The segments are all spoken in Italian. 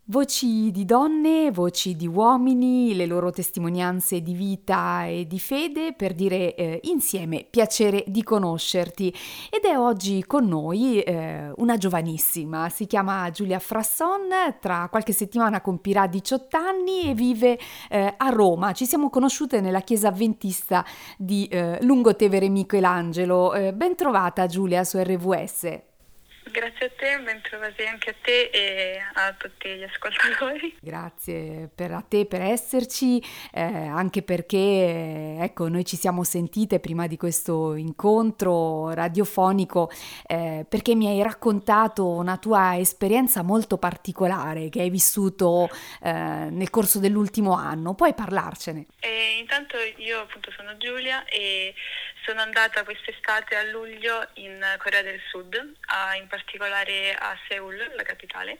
Voci di donne, voci di uomini, le loro testimonianze di vita e di fede per dire insieme piacere di conoscerti. Ed è oggi con noi una giovanissima, si chiama Giulia Frasson, tra qualche settimana compirà 18 anni e vive a Roma. Ci siamo conosciute nella chiesa avventista di Lungotevere Michelangelo. Ben trovata Giulia su RVS. Grazie a te, ben trovati anche a te e a tutti gli ascoltatori. Grazie a te per esserci, anche perché ecco, noi ci siamo sentite prima di questo incontro radiofonico perché mi hai raccontato una tua esperienza molto particolare che hai vissuto nel corso dell'ultimo anno. Puoi parlarcene? E intanto io appunto sono Giulia e sono andata quest'estate a luglio in Corea del Sud, in particolare a Seoul, la capitale,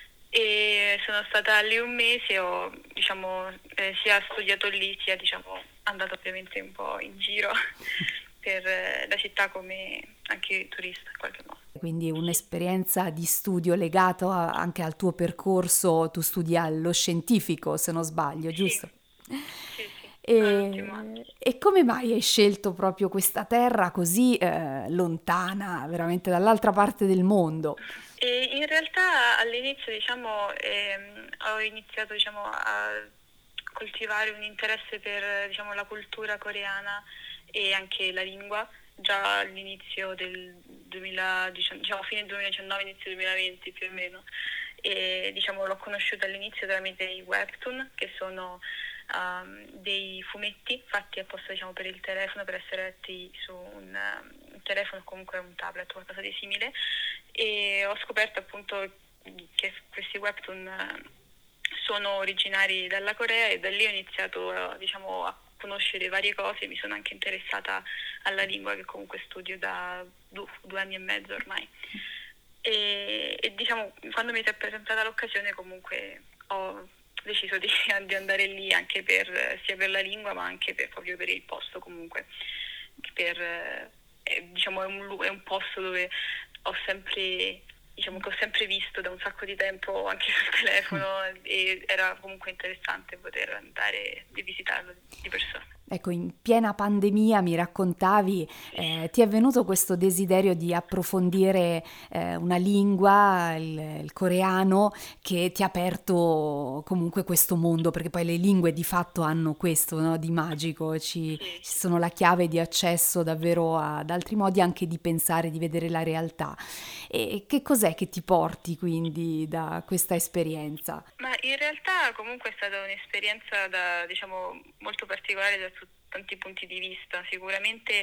e sono stata lì un mese, ho sia studiato lì sia andata ovviamente un po' in giro per la città come anche turista in qualche modo. Quindi un'esperienza di studio legato anche al tuo percorso, tu studi allo scientifico se non sbaglio, Sì, giusto? sì, all'ultimo anno. E come mai hai scelto proprio questa terra così lontana, veramente dall'altra parte del mondo? E in realtà all'inizio ho iniziato a coltivare un interesse per la cultura coreana e anche la lingua già all'inizio del 2019, fine 2019, inizio 2020 più o meno. E l'ho conosciuta all'inizio tramite i webtoon, che sono dei fumetti fatti apposta per il telefono, per essere letti su un telefono o comunque un tablet o qualcosa di simile, e ho scoperto appunto che questi webtoon sono originari dalla Corea e da lì ho iniziato a conoscere varie cose. Mi sono anche interessata alla lingua, che comunque studio da 2 anni e mezzo ormai, e quando mi si è presentata l'occasione comunque ho deciso di andare lì anche sia per la lingua ma anche proprio per il posto comunque, è un posto dove ho sempre che ho sempre visto da un sacco di tempo anche sul telefono, e era comunque interessante poter andare e visitarlo di persona. Ecco, in piena pandemia mi raccontavi, ti è venuto questo desiderio di approfondire una lingua, il coreano, che ti ha aperto comunque questo mondo, perché poi le lingue di fatto hanno questo, no, di magico, ci Sì. sono la chiave di accesso davvero ad altri modi anche di pensare, di vedere la realtà. E che cos'è che ti porti quindi da questa esperienza? Ma in realtà comunque è stata un'esperienza molto particolare da tanti punti di vista, sicuramente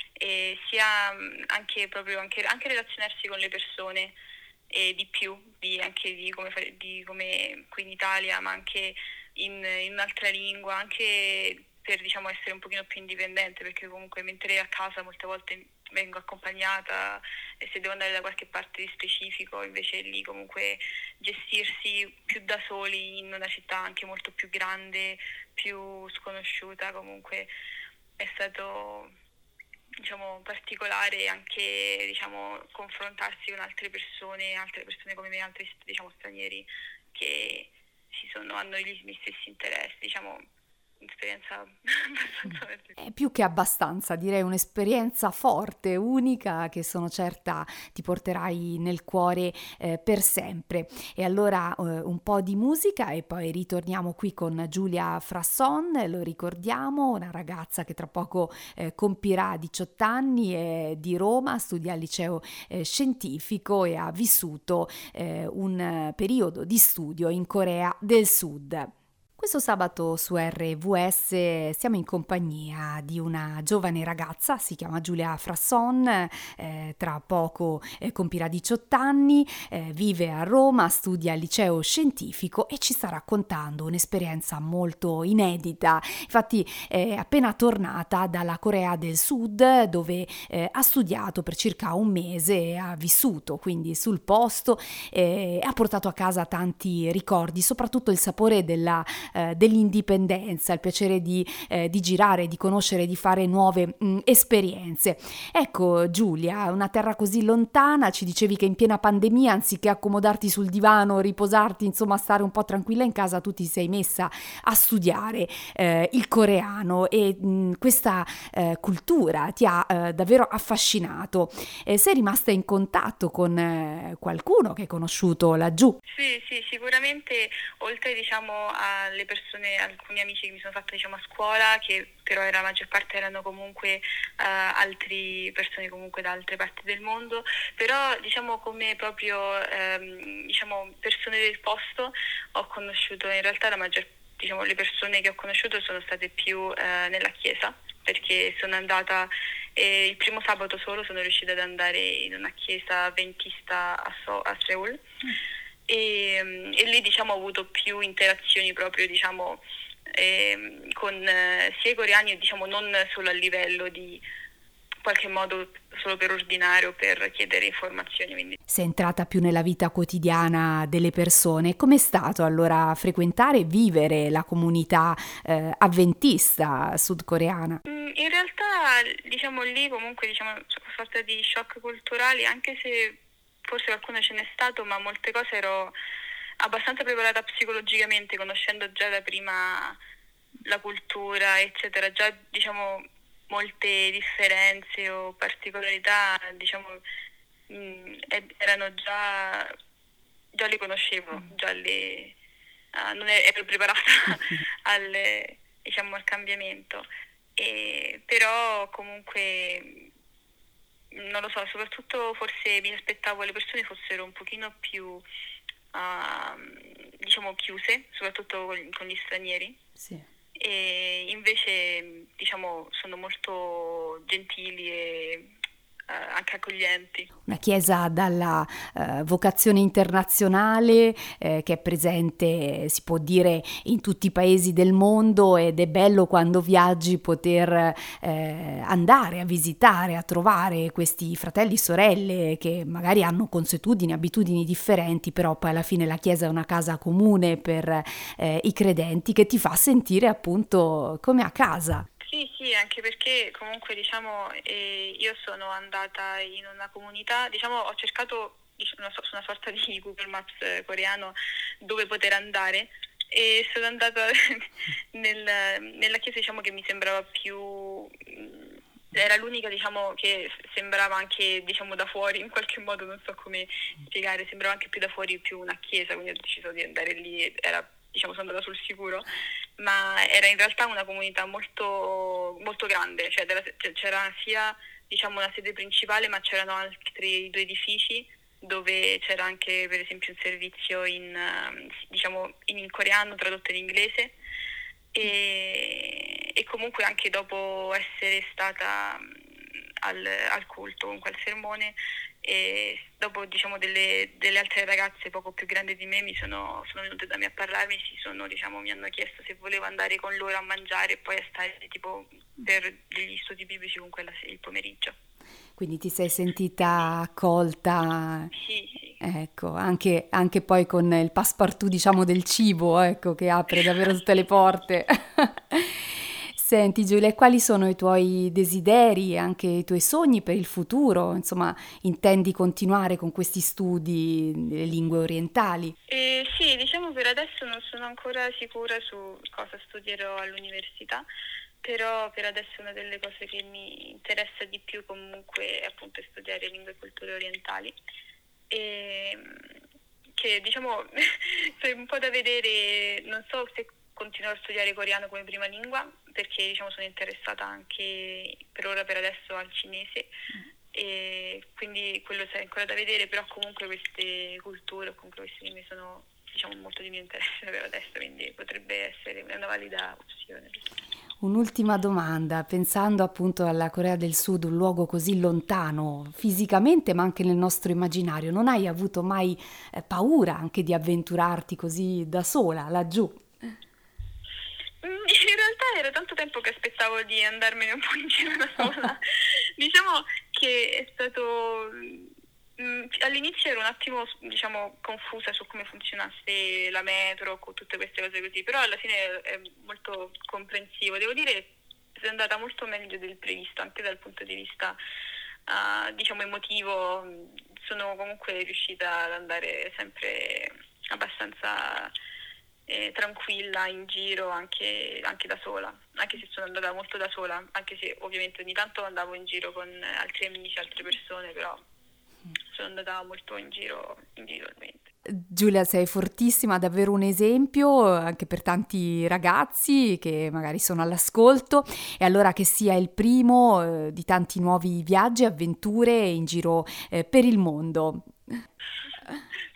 sia anche relazionarsi con le persone di più, anche di come qui in Italia, ma anche in un'altra lingua, anche per essere un pochino più indipendente, perché comunque mentre a casa molte volte vengo accompagnata e se devo andare da qualche parte di specifico, invece lì comunque gestirsi più da soli in una città anche molto più grande, più sconosciuta, comunque è stato particolare anche confrontarsi con altre persone come me, altri stranieri che hanno gli miei stessi interessi, un'esperienza abbastanza. È più che abbastanza, direi un'esperienza forte, unica, che sono certa ti porterai nel cuore per sempre. E allora un po' di musica e poi ritorniamo qui con Giulia Frasson, lo ricordiamo, una ragazza che tra poco compirà 18 anni, è di Roma, studia al liceo scientifico e ha vissuto un periodo di studio in Corea del Sud. Questo sabato su RVS siamo in compagnia di una giovane ragazza, si chiama Giulia Frasson, tra poco compirà 18 anni, vive a Roma, studia al liceo scientifico e ci sta raccontando un'esperienza molto inedita. Infatti è appena tornata dalla Corea del Sud, dove ha studiato per circa un mese e ha vissuto quindi sul posto, ha portato a casa tanti ricordi, soprattutto il sapore della dell'indipendenza, il piacere di girare, di conoscere, di fare nuove esperienze. Ecco Giulia, una terra così lontana, ci dicevi che in piena pandemia, anziché accomodarti sul divano, riposarti, insomma stare un po' tranquilla in casa, tu ti sei messa a studiare il coreano e questa cultura ti ha davvero affascinato. Sei rimasta in contatto con qualcuno che hai conosciuto laggiù? Sì, sì, sicuramente oltre diciamo alle persone, alcuni amici che mi sono fatta diciamo a scuola, che però la maggior parte erano comunque altre persone comunque da altre parti del mondo, però diciamo come proprio diciamo persone del posto ho conosciuto in realtà diciamo le persone che ho conosciuto sono state più nella chiesa, perché sono andata il primo sabato solo sono riuscita ad andare in una chiesa adventista a Seoul. E lì diciamo ho avuto più interazioni proprio diciamo con sia i coreani, diciamo non solo a livello di in qualche modo solo per ordinare o per chiedere informazioni. Quindi. Sei entrata più nella vita quotidiana delle persone. Com'è stato allora frequentare e vivere la comunità avventista sudcoreana? In realtà diciamo lì comunque diciamo una sorta di shock culturali, anche se forse qualcuno ce n'è stato, ma molte cose ero abbastanza preparata psicologicamente, conoscendo già da prima la cultura, eccetera, già diciamo molte differenze o particolarità, diciamo, erano già le conoscevo, non ero preparata diciamo, al cambiamento, però comunque non lo so, soprattutto forse mi aspettavo le persone fossero un pochino più diciamo chiuse, soprattutto con gli stranieri. Sì. E invece diciamo sono molto gentili e anche accoglienti. Una chiesa dalla vocazione internazionale che è presente, si può dire, in tutti i paesi del mondo, ed è bello quando viaggi poter andare a visitare, a trovare questi fratelli e sorelle che magari hanno consuetudini, abitudini differenti, però poi alla fine la chiesa è una casa comune per i credenti, che ti fa sentire appunto come a casa. Sì, anche perché comunque diciamo io sono andata in una comunità, diciamo ho cercato su una sorta di Google Maps coreano dove poter andare e sono andata nella chiesa diciamo che mi sembrava più, era l'unica diciamo che sembrava anche diciamo da fuori in qualche modo, non so come spiegare, sembrava anche più da fuori più una chiesa, quindi ho deciso di andare lì, diciamo sono andata sul sicuro, ma era in realtà una comunità molto, molto grande, cioè c'era sia diciamo una sede principale, ma c'erano altri 2 edifici dove c'era anche per esempio un servizio diciamo in coreano tradotto in inglese e comunque anche dopo essere stata al culto, comunque al sermone, e dopo diciamo delle altre ragazze poco più grandi di me sono venute da me a parlarmi, diciamo, mi hanno chiesto se volevo andare con loro a mangiare e poi a stare tipo per degli studi biblici comunque il pomeriggio. Quindi ti sei sentita accolta? Sì. Ecco, anche poi con il passepartout, diciamo, del cibo, ecco, che apre davvero tutte le porte. Senti Giulia, quali sono i tuoi desideri e anche i tuoi sogni per il futuro? Insomma, intendi continuare con questi studi delle lingue orientali? Sì, diciamo per adesso non sono ancora sicura su cosa studierò all'università, però per adesso una delle cose che mi interessa di più comunque è appunto studiare lingue e culture orientali, e che diciamo c'è un po' da vedere, non so se continuerò a studiare coreano come prima lingua, perché diciamo sono interessata anche per adesso al cinese, e quindi quello c'è ancora da vedere, però comunque queste culture, comunque queste lingue sono diciamo molto di mio interesse per adesso, quindi potrebbe essere una valida opzione. Un'ultima domanda, pensando appunto alla Corea del Sud, un luogo così lontano fisicamente ma anche nel nostro immaginario, non hai avuto mai paura anche di avventurarti così da sola laggiù? In realtà era tanto tempo che aspettavo di andarmene un po' in giro da sola. Diciamo che è stato All'inizio ero un attimo, diciamo, confusa su come funzionasse la metro, con tutte queste cose così, però alla fine è molto comprensivo. Devo dire, è andata molto meglio del previsto, anche dal punto di vista, diciamo, emotivo. Sono comunque riuscita ad andare sempre abbastanza tranquilla in giro, anche da sola, anche se sono andata molto da sola, anche se ovviamente ogni tanto andavo in giro con altri amici, altre persone, però sono andata molto in giro individualmente. Giulia, sei fortissima, davvero un esempio anche per tanti ragazzi che magari sono all'ascolto e allora che sia il primo di tanti nuovi viaggi e avventure in giro per il mondo.